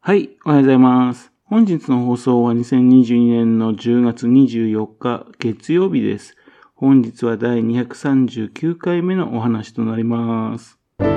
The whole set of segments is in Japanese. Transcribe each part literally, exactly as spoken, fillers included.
はい、おはようございます。本日の放送はにせんにじゅうにねんのじゅうがつにじゅうよっか月曜日です。本日はだいにひゃくさんじゅうきゅうかいめのお話となります。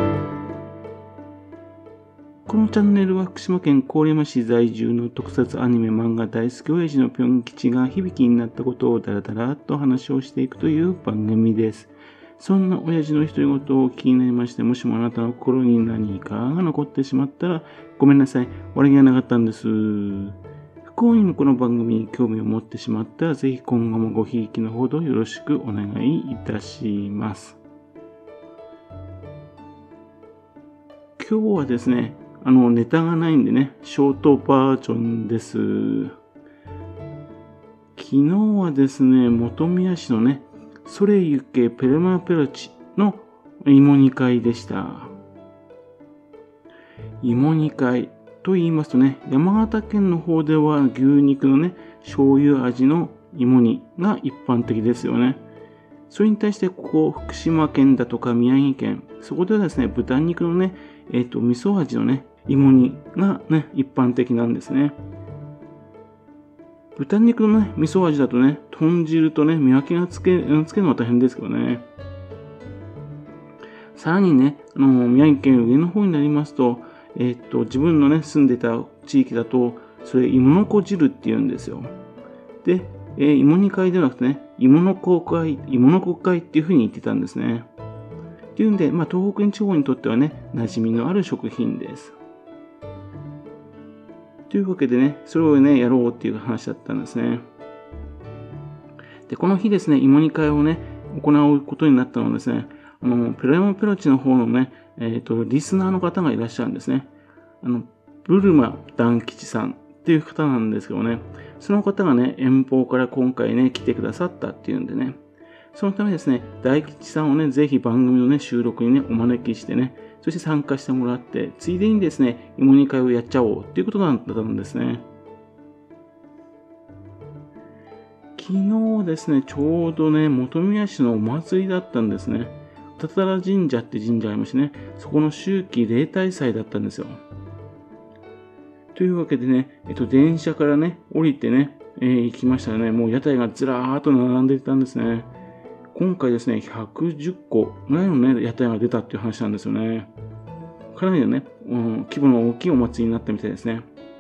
このチャンネルは福島県郡山市在住の特撮アニメ漫画大好き親父のぴょん吉が響きになったことをだらだらっと話をしていくという番組です。そんな親父の独り言を気になりまして、もしもあなたの心に何かが残ってしまったらごめんなさい。悪気がなかったんです。不幸にもこの番組に興味を持ってしまったら、ぜひ今後もごひいきのほどよろしくお願いいたします。今日はですね、あのネタがないんでね、ショートバージョンです。昨日はですね、本宮市のね、それゆけペルマペロチの芋煮会でした。芋煮会と言いますとね、山形県の方では牛肉のね、醤油味の芋煮が一般的ですよね。それに対してここ福島県だとか宮城県、そこではですね、豚肉のね、えっと、味噌味のね、芋煮がね、一般的なんですね。豚肉のね、味噌味だとね、豚汁とね、見分けがつけ、つけるのは大変ですけどね。さらにね、あの、宮城県上の方になりますと、えっと、自分のね、住んでた地域だと、それ、芋の子汁って言うんですよ。で、えー、芋煮会ではなくてね、芋の子会、芋の子会っていう風に言ってたんですね。っていうんで、まあ、東北地方にとってはね、馴染みのある食品です。というわけでね、それをね、やろうっていう話だったんですね。で、この日ですね、芋煮会をね、行うことになったのはですね、あの、ペロヤマペロチの方のね、えっ、ー、と、リスナーの方がいらっしゃるんですね。あの、ブルマ団吉さんっていう方なんですけどね、その方がね、遠方から今回ね、来てくださったっていうんでね、そのためですね、大吉さんをね、ぜひ番組のね、収録にね、お招きしてね、そして参加してもらって、ついでにですね、芋煮会をやっちゃおうっていうことだったんですね。昨日ですね、ちょうどね、本宮市のお祭りだったんですね。たたら神社って神社ありましてね、そこの秋季例大祭だったんですよ。というわけでね、えっと、電車からね、降りてね、えー、行きましたらね、もう屋台がずらーっと並んでいたんですね。今回ですね、ひゃくじゅっこぐらいのね、屋台が出たっていう話なんですよね。かなりのね、うん、規模の大きいお祭りになったみたいですね。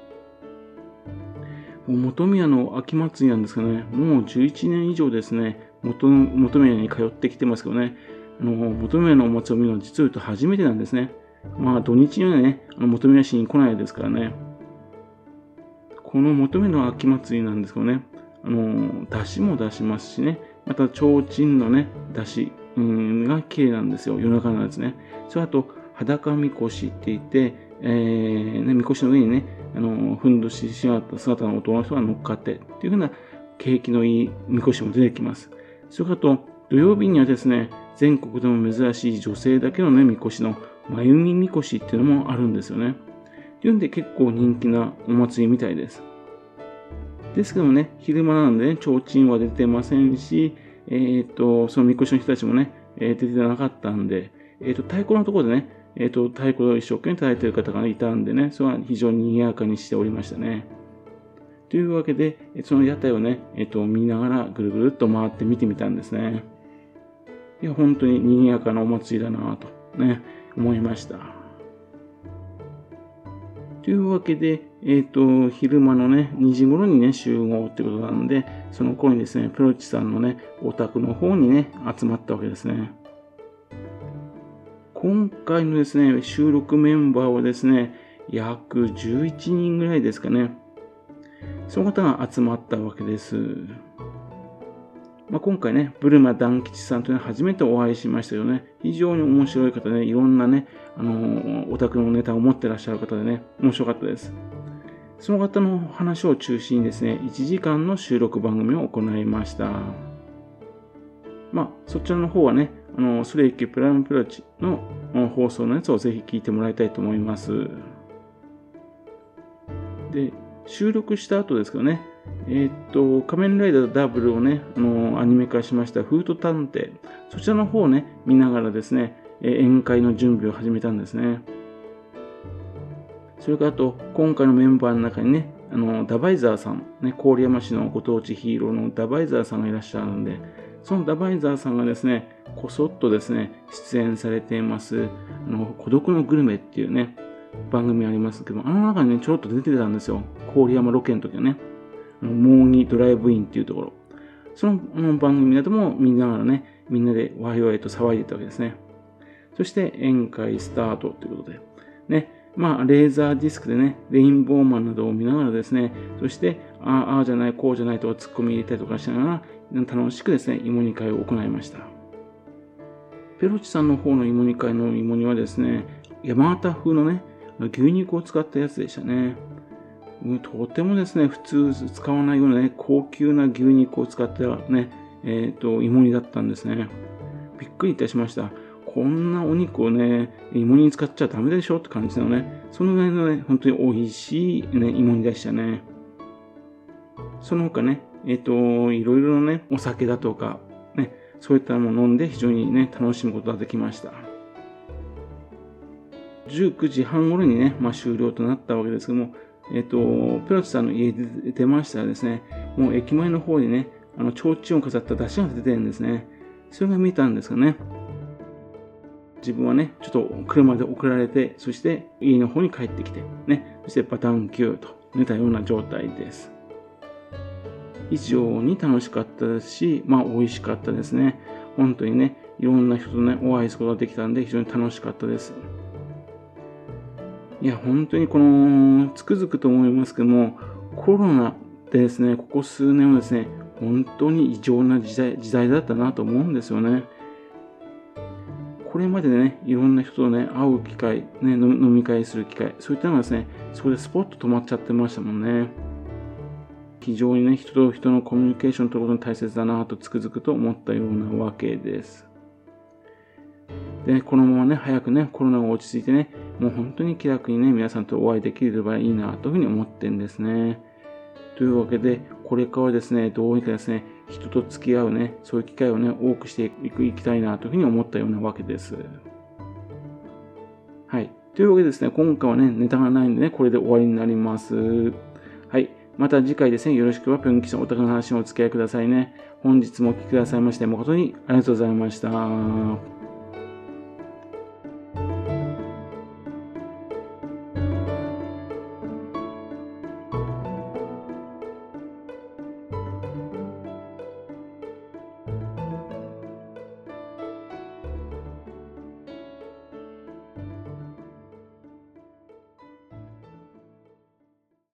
本宮の秋祭りなんですがね、もうじゅういちねん以上ですね、元本宮に通ってきてますけどね、あの本宮のお祭りを見るのは実を言うと初めてなんですね。まあ土日にはね、あの本宮市に来ないですからね。この本宮の秋祭りなんですけどね、あの出汁も出しますしね、また提灯のね、出汁、うん、が綺麗なんですよ、夜中なんですね。それあと、裸みこしって言って、えーね、みこしの上にね、あのふんどししまった姿の男の人が乗っかってっていうふうな景気のいいみこしも出てきます。それからと土曜日にはですね、全国でも珍しい女性だけのね、みこしのまゆみみこしっていうのもあるんですよね。っていうんで結構人気なお祭りみたいです。ですけどもね、昼間なんでね、提灯は出てませんし、えっ、ー、と、そのみこしの人たちもね、えー、出てなかったんで、えっ、ー、と、太鼓のところでね、えっ、ー、と、太鼓を一生懸命叩いている方がいたんでね、それは非常に賑やかにしておりましたね。というわけで、その屋台をね、えっ、と、見ながらぐるぐるっと回って見てみたんですね。いや、本当に賑やかなお祭りだなとね、思いました。というわけで、えっ、と、昼間のね、にじ頃にね、集合ってことなんで、その頃にですね、ペロチさんのね、お宅の方にね、集まったわけですね。今回のですね、収録メンバーはですね、約じゅういちにんぐらいですかね。その方が集まったわけです。まあ、今回ね、ブルマ団吉さんというのは初めてお会いしましたよね。非常に面白い方で、いろんなね、あのー、オタクのネタを持ってらっしゃる方でね、面白かったです。その方の話を中心にですね、いちじかんの収録番組を行いました。まあ、そちらの方はね、あの、それいけプライムプラチの放送のやつをぜひ聞いてもらいたいと思います。で、収録した後ですけどね、えー、っと、仮面ライダーダブルをね、あの、アニメ化しましたフード探偵、そちらの方をね、見ながらですね、宴会の準備を始めたんですね。 それからあと、今回のメンバーの中にね、あの、ダバイザーさん、ね、郡山市のご当地ヒーローのダバイザーさんがいらっしゃるので、そのダバイザーさんがですね、こそっとですね、出演されています、あの、孤独のグルメっていうね、番組ありますけど、あの中にね、ちょろっと出てたんですよ。郡山ロケの時はね、あのモーニードライブインっていうところ。そのあの番組なども見ながらね、みんなでワイワイと騒いでたわけですね。そして宴会スタートということで、ね、まあ、レーザーディスクでね、レインボーマンなどを見ながらですね、そして、ああ、ああじゃない、こうじゃないとツッコミ入れたりとかしながら、楽しくですね、芋煮会を行いました。ペロチさんの方の芋煮会の芋煮はですね、山形風のね、牛肉を使ったやつでしたね。とてもですね、普通使わないようなね、高級な牛肉を使ったね、えっと、芋煮だったんですね。びっくりいたしました。こんなお肉をね、芋煮に使っちゃダメでしょって感じのね、そのぐらいのね、本当に美味しい、ね、芋煮でしたね。その他ね、えっと、いろいろなね、お酒だとか、ね、そういったものを飲んで非常にね、楽しむことができました。じゅうくじはん頃にね、まあ、終了となったわけですけども、えっと、ペロチさんの家で出ましたらですね、もう駅前の方にね、あの、提灯を飾った出汁が出てるんですね。それが見たんですかね。自分はね、ちょっと車で送られて、そして家の方に帰ってきて、ね、そしてバタンキューと寝たような状態です。非常に楽しかったですし、まあ美味しかったですね。本当にね、いろんな人とね、お会いすることができたんで、非常に楽しかったです。いや、本当にこの、つくづくと思いますけども、コロナでですね、ここ数年はですね、本当に異常な時代、時代だったなと思うんですよね。これまでね、いろんな人とね、会う機会、ね、飲み会する機会、そういったのがですね、そこでスポッと止まっちゃってましたもんね。非常にね、人と人のコミュニケーションということに大切だなとつくづくと思ったようなわけです。で、このままね、早くね、コロナが落ち着いてね、もう本当に気楽にね、皆さんとお会いできればいいなというふうに思ってるんですね。というわけで、これからですね、どうにかですね、人と付き合うね、そういう機会をね、多くしていく、いきたいなというふうに思ったようなわけです。はい。というわけでですね、今回はね、ネタがないんでね、これで終わりになります。はい。また次回ですね、よろしくはぴょん吉のお宝の話にお付き合いくださいね。本日もお聞きくださいまして、誠にありがとうございました。